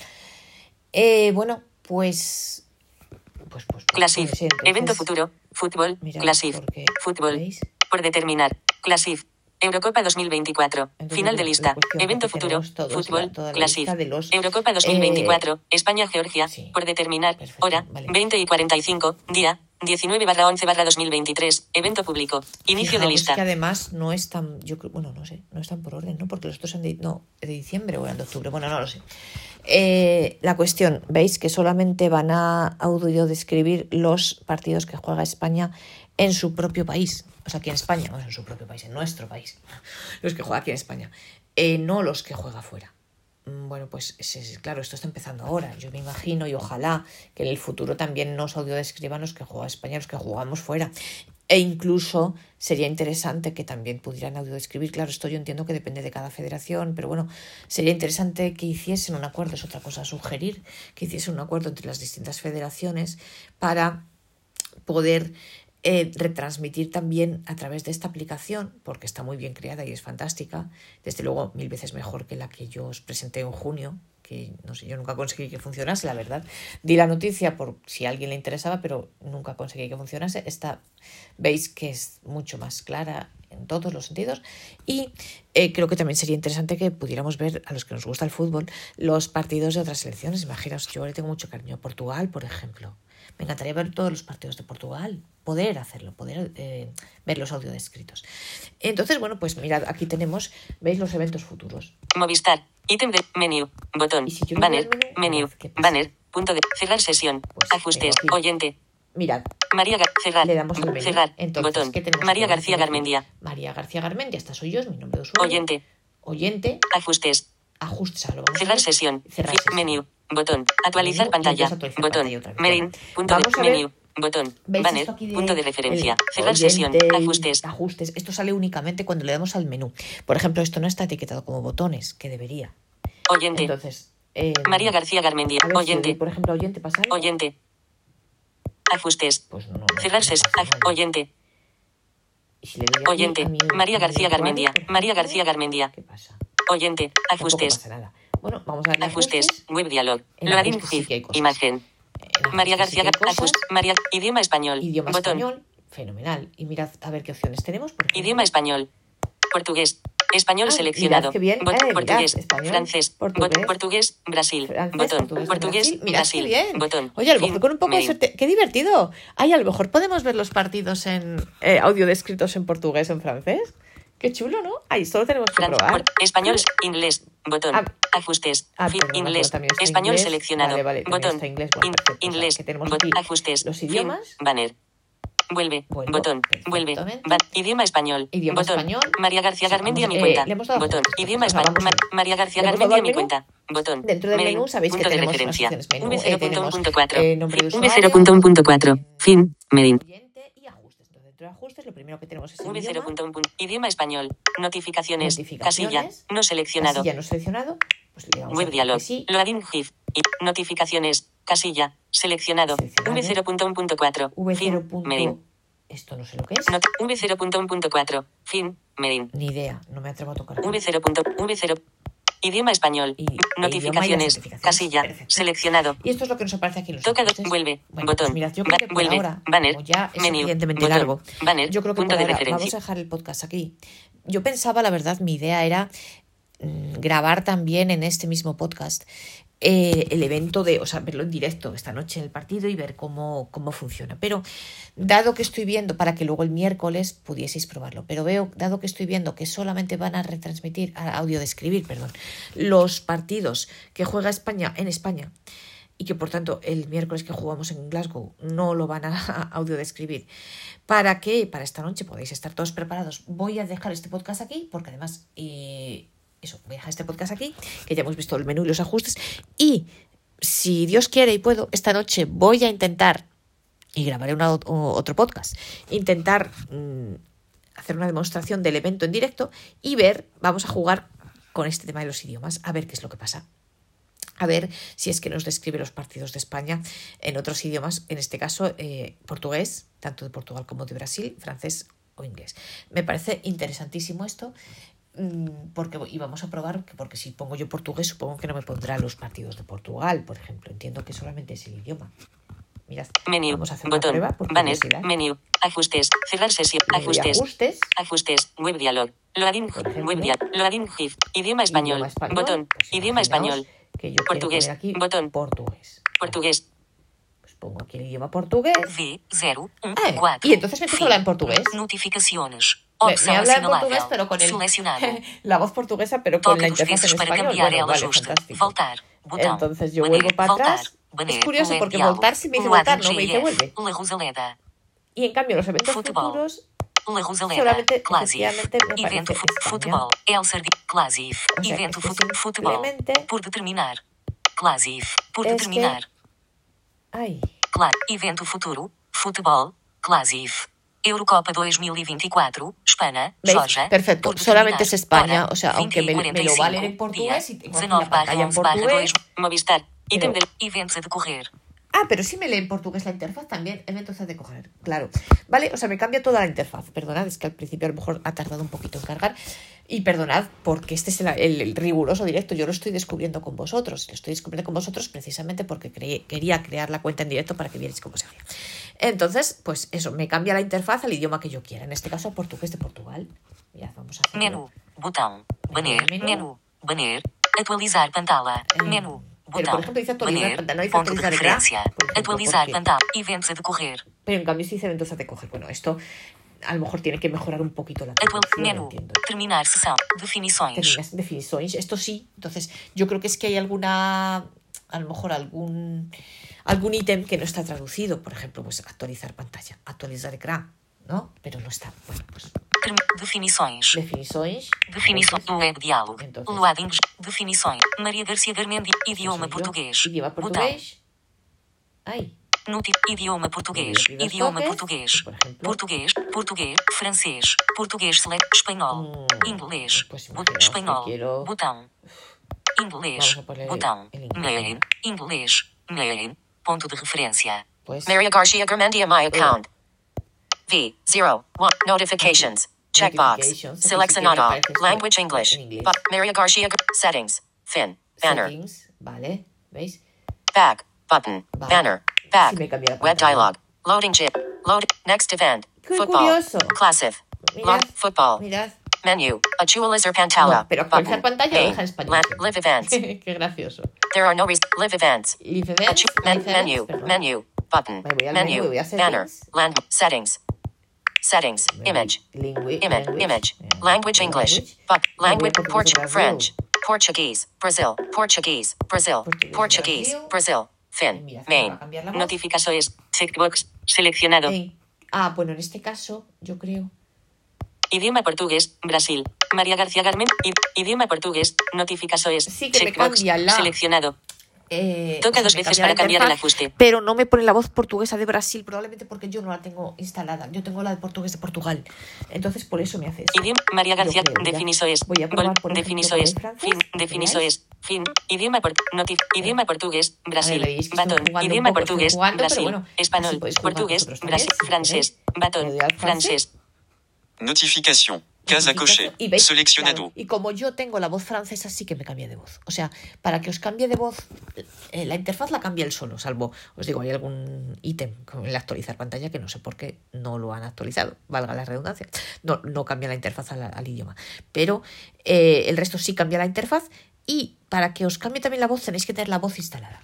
A: Eh, bueno, pues... Pues, pues, pues
B: Classic.
A: puede ser, entonces,
B: Evento futuro. Fútbol.
A: mirad,
B: Classic.
A: porque,
B: Fútbol.
A: ¿veis?
B: Por determinar. Classic. Eurocopa dos mil veinticuatro.
A: Entonces,
B: Final de
A: la- la
B: lista.
A: cuestión
B: Evento
A: que
B: futuro.
A: tenemos todos,
B: Fútbol.
A: la- toda la
B: Classic.
A: lista de los,
B: Eurocopa dos mil veinticuatro. España-Georgia.
A: sí.
B: Por determinar.
A: Perfecto,
B: Hora.
A: vale.
B: veinte y cuarenta y cinco. Día. diecinueve barra once barra dos mil veintitrés. Evento público. Inicio de
A: Fijaos
B: lista.
A: que además no están, yo creo, bueno, no sé, no están por orden, ¿no? Porque los otros son de, no, de diciembre o eran de octubre, bueno, no lo sé. Eh, la cuestión, veis que solamente van a audio describir los partidos que juega España en su propio país, o sea, aquí en España, no en su propio país, en nuestro país, los que juega aquí en España, eh, no los que juega fuera. Bueno, pues es, es, claro, esto está empezando ahora. Yo me imagino y ojalá que en el futuro también nos audiodescriban los que juegan España, los que jugamos fuera. E incluso sería interesante que también pudieran audiodescribir. Claro, esto yo entiendo que depende de cada federación, pero bueno, sería interesante que hiciesen un acuerdo, es otra cosa, sugerir que hiciesen un acuerdo entre las distintas federaciones para poder Eh, retransmitir también a través de esta aplicación, porque está muy bien creada y es fantástica, desde luego mil veces mejor que la que yo os presenté en junio, que no sé, yo nunca conseguí que funcionase, la verdad. Di la noticia por si a alguien le interesaba, pero nunca conseguí que funcionase. Esta veis que es mucho más clara en todos los sentidos y eh, creo que también sería interesante que pudiéramos ver, a los que nos gusta el fútbol, los partidos de otras selecciones. Imaginaos, yo le tengo mucho cariño a Portugal, por ejemplo. Me encantaría ver todos los partidos de Portugal, poder hacerlo, poder eh, ver los audios descritos. Entonces, bueno, pues mirad, aquí tenemos, veis los eventos futuros.
B: Movistar, ítem de menú, botón, banner, menú, banner, punto de cerrar sesión, pues, ajustes, oyente.
A: Mirad,
B: María Gar- cerrar,
A: le damos al menú.
B: cerrar,
A: Entonces,
B: botón,
A: ¿qué tenemos?
B: María
A: que
B: García Garmendia,
A: María García Garmendia, esta soy yo, es mi nombre de usuario.
B: oyente,
A: Oyente,
B: ajustes,
A: ajustes, ahora lo vamos a
B: cerrar
A: ver.
B: sesión,
A: Cerrar
B: Fi-
A: sesión.
B: menú, botón, actualizar
A: Menú, y
B: pantalla,
A: entonces actualizar
B: botón,
A: pantalla otra vez.
B: Merin, punto
A: Vamos
B: de
A: a ver.
B: menú, botón,
A: ¿Veis
B: banner,
A: esto aquí de
B: punto de referencia,
A: el
B: cerrar
A: oyente,
B: sesión, ajustes,
A: ajustes? Esto sale únicamente cuando le damos al menú. Por ejemplo, esto no está etiquetado como botones, que debería.
B: oyente,
A: Entonces, eh,
B: María García Garmendia,
A: a ver si le doy,
B: oyente,
A: por ejemplo, oyente, ¿pasa algo?
B: oyente, ajustes,
A: Pues no, no,
B: cerrar
A: no
B: sesión,
A: pasa nada.
B: oyente,
A: Y si le doy aquí
B: oyente,
A: a mi-
B: María
A: a mi
B: García
A: usuario,
B: Garmendia,
A: por
B: María
A: ejemplo,
B: García Garmendia,
A: ¿qué pasa?
B: oyente,
A: Tampoco
B: ajustes,
A: pasa nada. Bueno, vamos a darle
B: ajustes,
A: ajustes.
B: web dialog,
A: En
B: loading
A: ajustes sí
B: GIF,
A: que hay cosas.
B: imagen,
A: En
B: María
A: ajustes sí
B: García
A: que hay
B: Gar-
A: cosas.
B: ajust, María, idioma español,
A: Idioma
B: botón,
A: español, fenomenal. Y mirad a ver qué opciones tenemos. Por ejemplo.
B: idioma español, portugués, español
A: Ah,
B: seleccionado,
A: mirad qué bien.
B: bot-
A: Eh, mirad,
B: portugués,
A: español,
B: francés,
A: portugués.
B: bot- portugués, Brasil,
A: Francés,
B: botón,
A: portugués,
B: portugués,
A: Brasil. Mirad
B: Brasil,
A: qué bien.
B: botón,
A: Oye, a lo
B: fin,
A: mejor con un poco de
B: menú.
A: suerte. ¡Qué divertido! Ay, a lo mejor podemos ver los partidos en eh, audio descritos en portugués o en francés. Qué chulo, ¿no? Ahí solo tenemos que
B: Fran-
A: probar.
B: por- español, inglés, botón,
A: Ah,
B: ajustes,
A: Ah,
B: fin,
A: perdona,
B: inglés,
A: pero también está
B: español
A: inglés.
B: seleccionado,
A: Vale, vale, también
B: botón,
A: está inglés. Bueno,
B: in-
A: perfecto. O sea,
B: inglés,
A: que tenemos
B: bot-
A: aquí
B: ajustes,
A: los
B: fin,
A: idiomas.
B: banner. Vuelve,
A: Vuelvo,
B: botón, vuelve,
A: perfectamente.
B: ba- idioma español,
A: Idioma
B: botón,
A: español.
B: María García
A: Sí,
B: Garmendia,
A: vamos,
B: mi
A: eh,
B: cuenta,
A: le hemos dado
B: botón,
A: ajustes,
B: idioma
A: o sea,
B: español,
A: vamos a ver.
B: María García
A: Le hemos
B: Garmendia,
A: dado
B: mi
A: al menú.
B: cuenta, botón,
A: Dentro del
B: Merin,
A: menú sabéis que
B: punto de
A: tenemos
B: referencia,
A: las opciones menú.
B: V
A: Eh,
B: cero punto uno
A: tenemos
B: punto cuatro,
A: eh, nombre de
B: V
A: usuario,
B: cero punto uno punto cuatro, fin, Merin,
A: oyente y ajustes. Entonces, dentro de ajustes, lo primero que tenemos es el
B: V cero
A: idioma.
B: punto uno, idioma español, notificaciones,
A: Notificaciones,
B: casilla, no seleccionado,
A: Casilla no seleccionado. Pues le vamos a
B: web
A: decir
B: dialog,
A: que sí.
B: loading GIF, y notificaciones, casilla, seleccionado,
A: Seleccionado.
B: V cero punto uno punto cuatro,
A: V cero.
B: fin, Merin,
A: Esto no sé lo que es.
B: Not- V cero punto uno punto cuatro, fin, Merin,
A: Ni idea. No me atrevo a tocar.
B: V cero. V cero. Idioma español.
A: Y-
B: Notificaciones.
A: idioma y las notificaciones.
B: Casilla.
A: Perfecto.
B: Seleccionado.
A: Y esto es lo que nos aparece aquí en los
B: Toca dos.
A: ajustes.
B: Vuelve.
A: Bueno,
B: Botón.
A: pues mirad, yo
B: Ba-
A: creo que por
B: vuelve.
A: ahora,
B: Banner.
A: como ya es
B: Menú.
A: suficientemente
B: Botón.
A: largo,
B: Banner.
A: yo creo que
B: Punto
A: por
B: de
A: ahora
B: referencia.
A: vamos a dejar el podcast aquí. Yo pensaba, la verdad, mi idea era mm, grabar también en este mismo podcast eh, el evento de, o sea, verlo en directo esta noche en el partido y ver cómo, cómo funciona. Pero dado que estoy viendo, para que luego el miércoles pudieseis probarlo, pero veo, dado que estoy viendo que solamente van a retransmitir, a audio describir, perdón, los partidos que juega España en España y que por tanto el miércoles que jugamos en Glasgow no lo van a audio describir, para que para esta noche podáis estar todos preparados, voy a dejar este podcast aquí porque además... Eh, Eso, voy a dejar este podcast aquí, que ya hemos visto el menú y los ajustes. Y si Dios quiere y puedo, esta noche voy a intentar, y grabaré una, otro podcast, intentar mmm, hacer una demostración del evento en directo y ver, vamos a jugar con este tema de los idiomas, a ver qué es lo que pasa. A ver si es que nos describe los partidos de España en otros idiomas, en este caso eh, portugués, tanto de Portugal como de Brasil, francés o inglés. Me parece interesantísimo esto. Porque y vamos a probar que porque si pongo yo portugués supongo que no me pondrá los partidos de Portugal, por ejemplo. Entiendo que solamente es el idioma. Mirad,
B: menú,
A: vamos a hacer
B: botón,
A: una prueba por
B: banner,
A: curiosidad.
B: menú, ajustes, cerrar sesión,
A: Le doy
B: ajustes,
A: ajustes,
B: ajustes, web dialog, loading,
A: por ejemplo,
B: web dialog, loading GIF, idioma español,
A: idioma español,
B: botón,
A: pues
B: idioma
A: imaginaos
B: español,
A: que yo quiero
B: portugués,
A: poner aquí
B: botón,
A: portugués.
B: portugués,
A: Pues pongo aquí el idioma portugués.
C: V cero uno
A: Eh,
C: cuatro.
A: y entonces me empieza a hablar en portugués.
C: Notificaciones.
A: Me, me
C: Opção
A: habla en
C: assinalável.
A: portugués, pero con el,
C: Seleccionado.
A: la voz portuguesa, pero con
C: Toca
A: la
C: dos
A: interfaz en
C: veces para
A: español.
C: cambiar
A: Bueno,
C: el
A: vale,
C: ajuste.
A: fantástico.
C: Voltar. Botão.
A: Entonces yo
C: Banner.
A: vuelvo para
C: Voltar.
A: atrás.
C: Banner.
A: Es curioso
C: Web
A: porque
C: diálogo.
A: voltar sí me dice
C: Loading
A: voltar, no me dice
C: G F.
A: vuelve.
C: La Rosaleda.
A: Y en cambio los eventos
C: Fútbol.
A: futuros
C: La Rosaleda.
A: solamente,
C: Clasif.
A: efectivamente, me parece
C: Evento fu-
A: España.
C: futebol. El Serdi. Clasif.
A: O sea,
C: Evento
A: es que
C: fu- futebol.
A: simplemente
C: Por determinar. Clasif. Por
A: es
C: determinar.
A: que... Ay,
C: Cla Evento futuro. Futebol. Clasif. Eurocopa dois mil e vinte e quatro. Espanha.
A: ¿veis?
C: Georgia.
A: Perfecto,
C: Por
A: solamente
C: determinar.
A: es España,
C: Hora,
A: o sea, aunque me, me lo va a leer en portugués y tengo aquí la pantalla en portugués.
B: Movistar, ítem
A: Pero-
B: del
C: Eventos a decorrer.
A: Ah, pero sí me lee en portugués la interfaz también, eventos a decoger, claro. Vale, o sea, me cambia toda la interfaz. Perdonad, es que al principio a lo mejor ha tardado un poquito en cargar. Y perdonad, porque este es el, el- el riguroso directo. Yo lo estoy descubriendo con vosotros. Lo estoy descubriendo con vosotros precisamente porque creé- quería crear la cuenta en directo para que vierais cómo se hacía. Entonces, pues eso, me cambia la interfaz al idioma que yo quiera. En este caso, portugués de Portugal. Mirad, vamos a hacerlo.
C: Menú. Botão. Banner.
A: Menú.
C: Menú. Banner. Atualizar pantalla.
A: Eh,
C: Menú.
A: Vamos por
C: Botão.
A: ejemplo, dice actualizar
C: Ler.
A: pantalla, no dice
C: Ponto de
A: actualizar ecran.
C: referencia.
A: Por ejemplo,
C: Actualizar
A: porque-
C: pantalla. Eventos a decorrer.
A: Pero en cambio, si dice eventos a decoger, bueno, esto a lo mejor tiene que mejorar un poquito la
C: Actual.
A: traducción,
C: Menú.
A: entiendo.
C: Terminar sessão. Definições.
A: Terminas en definiciones, esto sí. Entonces, yo creo que es que hay alguna, a lo mejor algún algún ítem que no está traducido. Por ejemplo, pues actualizar pantalla, actualizar ecran, ¿no? Pero no está. Bueno, pues
C: Term- Definições.
A: definições.
C: Definições.
A: entonces,
C: Web diálogo.
A: Entonces-
C: Loadings. Definições. Maria Garcia Garmendi. Idioma
A: soy yo.
C: português.
A: Idioma
C: Botão.
A: portugués. Ay,
C: Noti. Idioma português.
A: Maria Garcia
C: Idioma
A: Toques,
C: português.
A: por ejemplo.
C: Português. Português. Francês. Português select. Espanhol.
A: Mm,
C: Inglês.
A: pues
C: Bot-
A: imaginaos que
C: Espanhol.
A: quiero-
C: Botão. Inglês.
A: Vamos a poner
C: Botão.
A: el inglés.
C: Mail. Inglês. Mail. Ponto de referência.
A: pues
C: Maria Garcia Garmendia, my account. V zero one notifications. Checkbox.
A: Notifications, aquí
C: Select
A: sí que
C: not
A: me
C: all.
A: parece esto
C: Language English.
A: en inglés.
C: Bu- Maria Garcia Gar- settings. Fin. Banner.
A: settings, vale, ¿veis?
C: Back. Button.
A: Back.
C: Banner. Back.
A: Sí me cambia la
C: Web
A: pantalla.
C: dialog. Loading chip. Load. Next event.
A: Qué
C: Football.
A: curioso.
C: Classic.
A: Mirad,
C: Log. Football.
A: Mirad.
C: Menu. Actualizer Pantalla.
A: No, pero actualizar
C: Button.
A: pantalla lo
C: A.
A: deja en español.
C: Lan- Live events.
A: Qué gracioso.
C: There are no res- live events.
A: Live events,
C: Achu- men-
A: live events,
C: menu.
A: perdón.
C: Menu. Button.
A: Me voy al
C: Menu.
A: menú, voy a
C: Banner.
A: settings.
C: Land. Settings. Settings. Image.
A: Lingui-
C: Image.
A: language.
C: Image.
A: Yeah.
C: Language English. But language.
A: Portugués de
C: Portu-
A: Brasil.
C: French. Portuguese. Brazil. Portuguese. Brazil.
A: Portugués de
C: Portuguese.
A: Brasil.
C: Brazil. Fin.
A: Mira,
C: Main.
A: va a cambiar la voz.
B: Notificaciones. Checkbox. Seleccionado.
A: En- ah, bueno, en este caso, yo creo.
B: Idioma portugués. Brasil. María García Garmen. I- Idioma portugués. Notificaciones.
A: Sí que me
B: Checkbox.
A: cambia la-
B: Seleccionado.
A: Eh,
B: Toca
A: o sea,
B: dos
A: me
B: veces
A: cambia
B: para
A: la
B: cambiar el
A: interfaz,
B: ajuste.
A: Pero no me pone la voz portuguesa de Brasil, probablemente porque yo no la tengo instalada. Yo tengo la de portugués de Portugal. Entonces, por eso me hace eso.
B: Idioma. María
A: Yo
B: García.
A: creo, mira.
B: Definisoes.
A: Voy a probar,
B: Vol-
A: por ejemplo,
B: definisoes.
A: con el francés,
B: Fin.
A: ¿veis?
B: Definisoes. Fin. Idioma, por- notif- idioma portugués. Brasil.
A: veis que estoy
B: Batón.
A: jugando un
B: Idioma
A: poco, estoy
B: portugués.
A: jugando, pero
B: Brasil.
A: bueno, así
B: Español.
A: podéis jugar
B: Portugués.
A: vosotros también,
B: Brasil.
A: si
B: Francés.
A: queréis.
B: Batón.
A: Le doy al francés.
B: Francés.
D: Notification. Case à cocher.
A: Y veis,
D: Seleccionado.
A: claro, y como yo tengo la voz francesa, sí que me cambia de voz. O sea, para que os cambie de voz, eh, la interfaz la cambia él solo, salvo, os digo, hay algún ítem con el actualizar pantalla que no sé por qué no lo han actualizado, valga la redundancia. No, no cambia la interfaz al, al idioma. Pero eh, el resto sí cambia la interfaz y para que os cambie también la voz tenéis que tener la voz instalada.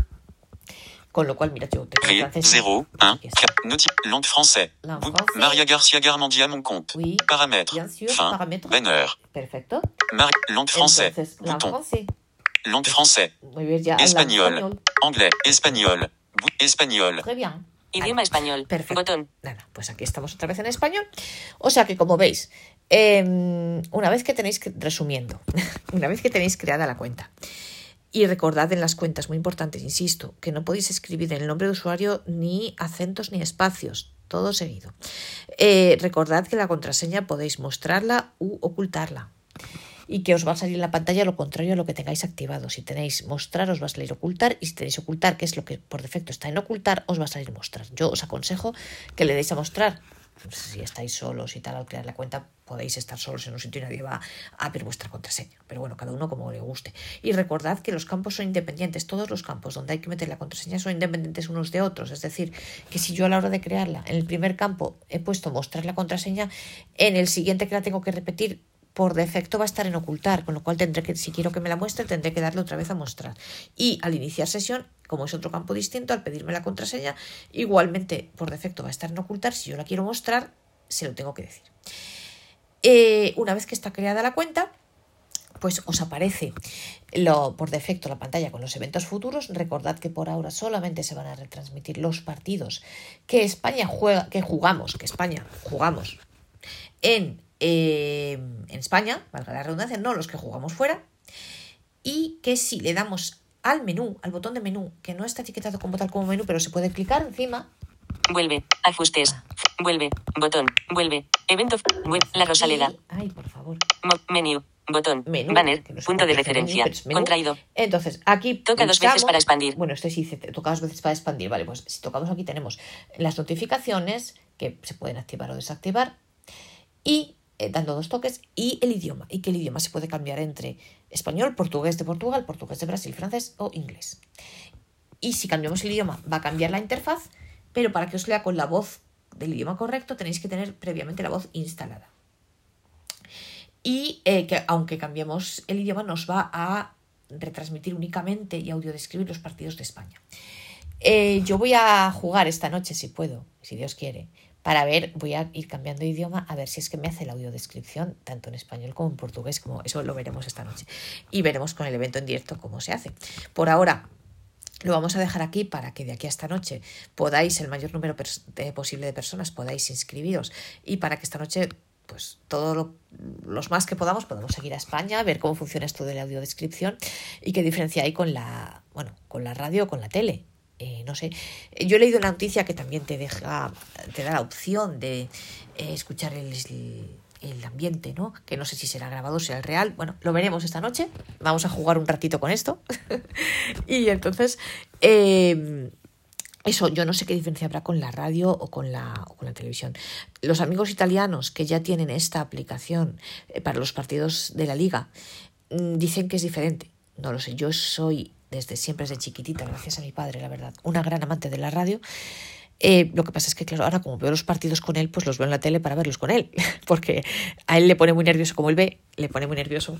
A: Con lo cual, mira, yo tengo el
D: Ré,
A: francés.
D: zéro, un,
A: Yes.
D: quatre, noti, langue français.
A: Langue
D: Bout-
A: français.
D: Maria Garcia Garmendia, mon compte.
A: Oui,
D: Paramètres.
A: bien sûr,
D: Fin.
A: paramètres.
D: Banner.
A: Perfecto.
D: Mar- langue français.
A: Entonces, la
D: Bouton.
A: francés.
D: Langue français.
A: Muy bien, ya. la
D: Espagnol.
A: español.
D: Anglais. Espagnol. Bout- Espagnol.
A: Très bien.
B: Idioma español.
A: Perfecto.
B: Botón.
A: Nada, pues aquí estamos otra vez en español. O sea que, como veis, eh, una vez que tenéis, que, resumiendo, una vez que tenéis creada la cuenta, y recordad en las cuentas, muy importantes, insisto, que no podéis escribir el nombre de usuario ni acentos ni espacios, todo seguido. Eh, recordad que la contraseña podéis mostrarla u ocultarla. Y que os va a salir en la pantalla lo contrario a lo que tengáis activado. Si tenéis mostrar, os va a salir ocultar. Y si tenéis ocultar, que es lo que por defecto está en ocultar, os va a salir mostrar. Yo os aconsejo que le deis a mostrar. Si estáis solos y tal, al crear la cuenta, podéis estar solos en un sitio y nadie va a ver vuestra contraseña. Pero bueno, cada uno como le guste. Y recordad que los campos son independientes. Todos los campos donde hay que meter la contraseña son independientes unos de otros. Es decir, que si yo a la hora de crearla, en el primer campo he puesto mostrar la contraseña, en el siguiente que la tengo que repetir, por defecto va a estar en ocultar, con lo cual tendré que, si quiero que me la muestre, tendré que darle otra vez a mostrar. Y al iniciar sesión, como es otro campo distinto, al pedirme la contraseña, igualmente por defecto va a estar en ocultar. Si yo la quiero mostrar, se lo tengo que decir. Eh, una vez que está creada la cuenta, pues os aparece lo, por defecto la pantalla con los eventos futuros. Recordad que por ahora solamente se van a retransmitir los partidos que España juega, que jugamos, que España jugamos en Eh, en España, valga la redundancia, no los que jugamos fuera, y que si le damos al menú, al botón de menú, que no está etiquetado como tal como menú, pero se puede clicar encima.
B: Vuelve. Ajustes. Vuelve. Botón. Vuelve. Evento. Web. La Rosaleda.
A: Y, ay, por favor.
B: Mo- menú. Botón.
A: Menú,
B: Banner.
A: que no sé
B: Punto
A: por
B: de
A: qué es menú,
B: referencia.
A: pero es menú.
B: Contraído.
A: Entonces, aquí
B: Toca dos veces para expandir.
A: Bueno, este sí, se te- toca dos veces para expandir. Vale, pues si tocamos aquí tenemos las notificaciones, que se pueden activar o desactivar, y eh, dando dos toques, y el idioma, y que el idioma se puede cambiar entre español, portugués de Portugal, portugués de Brasil, francés o inglés. Y si cambiamos el idioma va a cambiar la interfaz, pero para que os lea con la voz del idioma correcto tenéis que tener previamente la voz instalada. Y eh, que aunque cambiemos el idioma nos va a retransmitir únicamente y audiodescribir los partidos de España. Eh, yo voy a jugar esta noche, si puedo, si Dios quiere, para ver, voy a ir cambiando de idioma a ver si es que me hace la audiodescripción tanto en español como en portugués, como eso lo veremos esta noche. Y veremos con el evento en directo cómo se hace. Por ahora lo vamos a dejar aquí para que de aquí a esta noche podáis, el mayor número de, posible de personas, podáis inscribiros y para que esta noche, pues todos lo, los más que podamos, podamos seguir a España, ver cómo funciona esto de la audiodescripción y qué diferencia hay con la, bueno, con la radio o con la tele. Eh, no sé, yo he leído la noticia que también te deja, te da la opción de eh, escuchar el, el ambiente, ¿no? Que no sé si será grabado o será el real. Bueno, lo veremos esta noche. Vamos a jugar un ratito con esto. Y entonces, eh, eso, yo no sé qué diferencia habrá con la radio o con la, o con la televisión. Los amigos italianos que ya tienen esta aplicación eh, para los partidos de la Liga mm, dicen que es diferente. No lo sé, yo soy desde siempre, desde chiquitita, gracias a mi padre, la verdad, una gran amante de la radio. Eh, lo que pasa es que, claro, ahora como veo los partidos con él, pues los veo en la tele para verlos con él, porque a él le pone muy nervioso, como él ve, le pone muy nervioso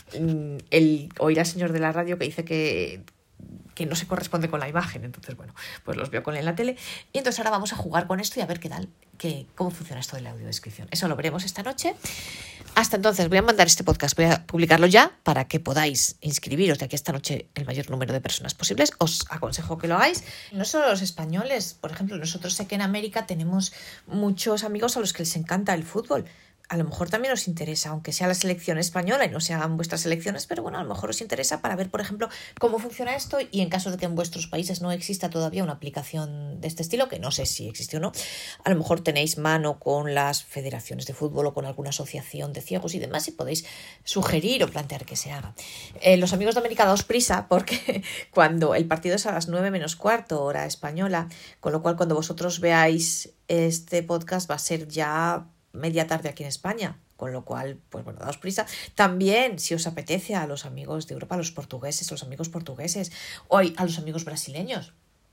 A: el oír al señor de la radio que dice que, que no se corresponde con la imagen. Entonces, bueno, pues los veo con él en la tele. Y entonces ahora vamos a jugar con esto y a ver qué tal, qué, cómo funciona esto de la audiodescripción. Eso lo veremos esta noche. Hasta entonces voy a mandar este podcast, voy a publicarlo ya para que podáis inscribiros de aquí a esta noche el mayor número de personas posibles. Os aconsejo que lo hagáis. No solo los españoles, por ejemplo, nosotros sé que en América tenemos muchos amigos a los que les encanta el fútbol. A lo mejor también os interesa, aunque sea la selección española y no sean vuestras selecciones, pero bueno, a lo mejor os interesa para ver, por ejemplo, cómo funciona esto y en caso de que en vuestros países no exista todavía una aplicación de este estilo, que no sé si existe o no, a lo mejor tenéis mano con las federaciones de fútbol o con alguna asociación de ciegos y demás y podéis sugerir o plantear que se haga. Eh, los amigos de América, daos prisa porque cuando el partido es a las nueve menos cuarto, hora española, con lo cual cuando vosotros veáis este podcast va a ser ya media tarde aquí en España, con lo cual, pues bueno, daos prisa. También, si os apetece, a los amigos de Europa, a los portugueses, a los amigos portugueses, o a los amigos brasileños,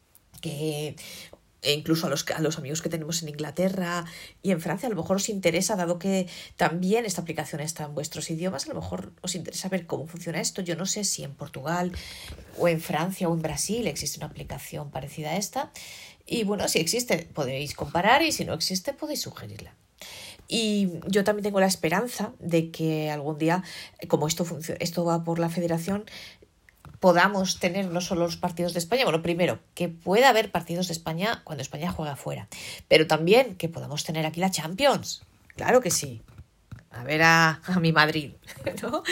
A: que e incluso a los, a los amigos que tenemos en Inglaterra y en Francia, a lo mejor os interesa, dado que también esta aplicación está en vuestros idiomas, a lo mejor os interesa ver cómo funciona esto. Yo no sé si en Portugal o en Francia o en Brasil existe una aplicación parecida a esta. Y bueno, si existe, podéis comparar y si no existe, podéis sugerirla. Y yo también tengo la esperanza de que algún día, como esto funciona, esto va por la federación, podamos tener no solo los partidos de España, bueno, primero, que pueda haber partidos de España cuando España juega fuera, pero también que podamos tener aquí la Champions, claro que sí, a ver a, a mi Madrid, ¿no?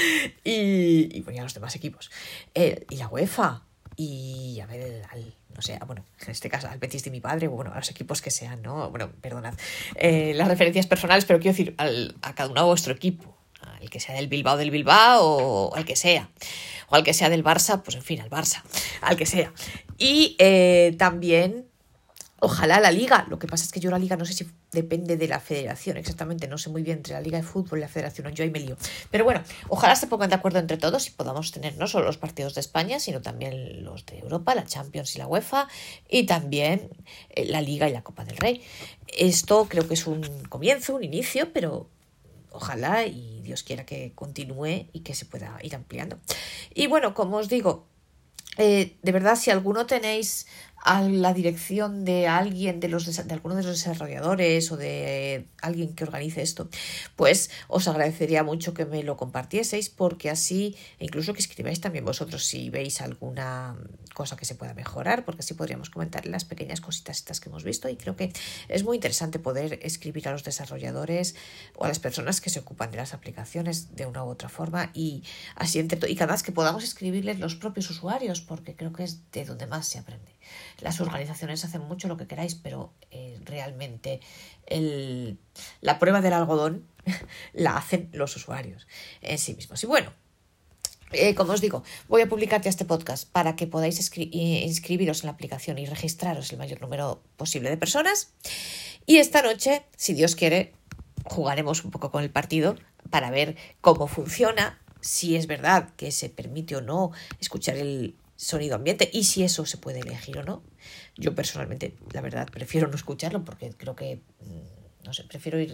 A: Y, y bueno, y a los demás equipos, eh, y la UEFA, y a ver al, no sé, bueno, en este caso al Betis de mi padre, bueno, a los equipos que sean, ¿no? Bueno, perdonad eh, las referencias personales, pero quiero decir al, a cada uno de vuestro equipo, al que sea del Bilbao del Bilbao o al que sea, o al que sea del Barça, pues en fin, al Barça, al que sea. Y eh, también, ojalá la Liga, lo que pasa es que yo la Liga no sé si depende de la federación exactamente, no sé muy bien entre la Liga de Fútbol y la federación, yo ahí me lío. Pero bueno, ojalá se pongan de acuerdo entre todos y podamos tener no solo los partidos de España, sino también los de Europa, la Champions y la UEFA, y también la Liga y la Copa del Rey. Esto creo que es un comienzo, un inicio, pero ojalá y Dios quiera que continúe y que se pueda ir ampliando. Y bueno, como os digo, eh, de verdad, si alguno tenéis a la dirección de alguien, de los de alguno de los desarrolladores o de alguien que organice esto, pues os agradecería mucho que me lo compartieseis, porque así, incluso que escribáis también vosotros si veis alguna cosa que se pueda mejorar, porque así podríamos comentar las pequeñas cositas estas que hemos visto, y creo que es muy interesante poder escribir a los desarrolladores o a las personas que se ocupan de las aplicaciones de una u otra forma, y así entre to- y cada vez que podamos escribirles los propios usuarios, porque creo que es de donde más se aprende. Las organizaciones hacen mucho lo que queráis, pero eh, realmente el, la prueba del algodón la hacen los usuarios en sí mismos. Y bueno, eh, como os digo, voy a publicar ya este podcast para que podáis escri- inscribiros en la aplicación y registraros el mayor número posible de personas. Y esta noche, si Dios quiere, jugaremos un poco con el partido para ver cómo funciona, si es verdad que se permite o no escuchar el sonido ambiente y si eso se puede elegir o no. Yo personalmente, la verdad, prefiero no escucharlo porque creo que, no sé, prefiero ir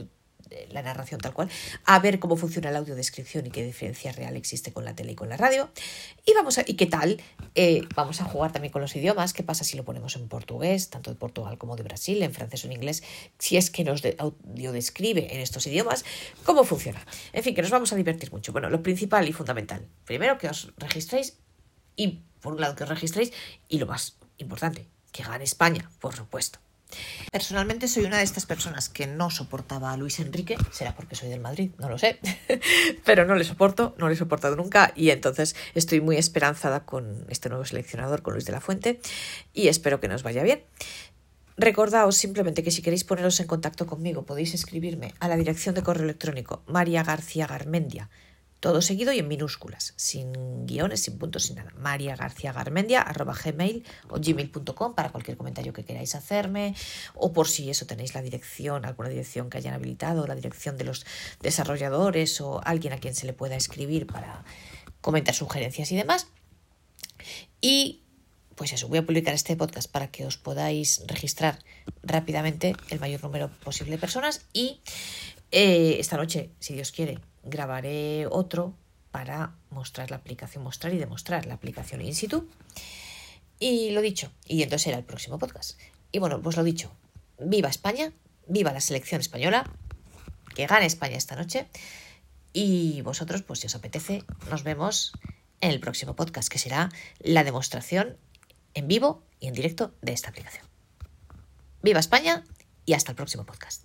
A: la narración tal cual, a ver cómo funciona la audiodescripción y qué diferencia real existe con la tele y con la radio. Y vamos a, y qué tal, eh, vamos a jugar también con los idiomas. ¿Qué pasa si lo ponemos en portugués, tanto de Portugal como de Brasil, en francés o en inglés? Si es que nos de, audiodescribe en estos idiomas, ¿cómo funciona? En fin, que nos vamos a divertir mucho. Bueno, lo principal y fundamental, primero que os registréis, y por un lado que os registréis, y lo más importante, que gane España, por supuesto. Personalmente soy una de estas personas que no soportaba a Luis Enrique, será porque soy del Madrid, no lo sé, pero no le soporto, no le he soportado nunca, y entonces estoy muy esperanzada con este nuevo seleccionador, con Luis de la Fuente, y espero que nos vaya bien. Recordaos simplemente que si queréis poneros en contacto conmigo podéis escribirme a la dirección de correo electrónico María García Garmendia, todo seguido y en minúsculas, sin guiones, sin puntos, sin nada. María García Garmendia arroba gmail o gmail punto com para cualquier comentario que queráis hacerme, o por si eso tenéis la dirección, alguna dirección que hayan habilitado, la dirección de los desarrolladores o alguien a quien se le pueda escribir para comentar sugerencias y demás. Y pues eso, voy a publicar este podcast para que os podáis registrar rápidamente el mayor número posible de personas, y eh, esta noche, si Dios quiere, grabaré otro para mostrar la aplicación, mostrar y demostrar la aplicación in situ. Y lo dicho, y entonces será el próximo podcast. Y bueno, pues lo dicho, viva España, viva la selección española, que gane España esta noche. Y vosotros, pues si os apetece, nos vemos en el próximo podcast, que será la demostración en vivo y en directo de esta aplicación. Viva España y hasta el próximo podcast.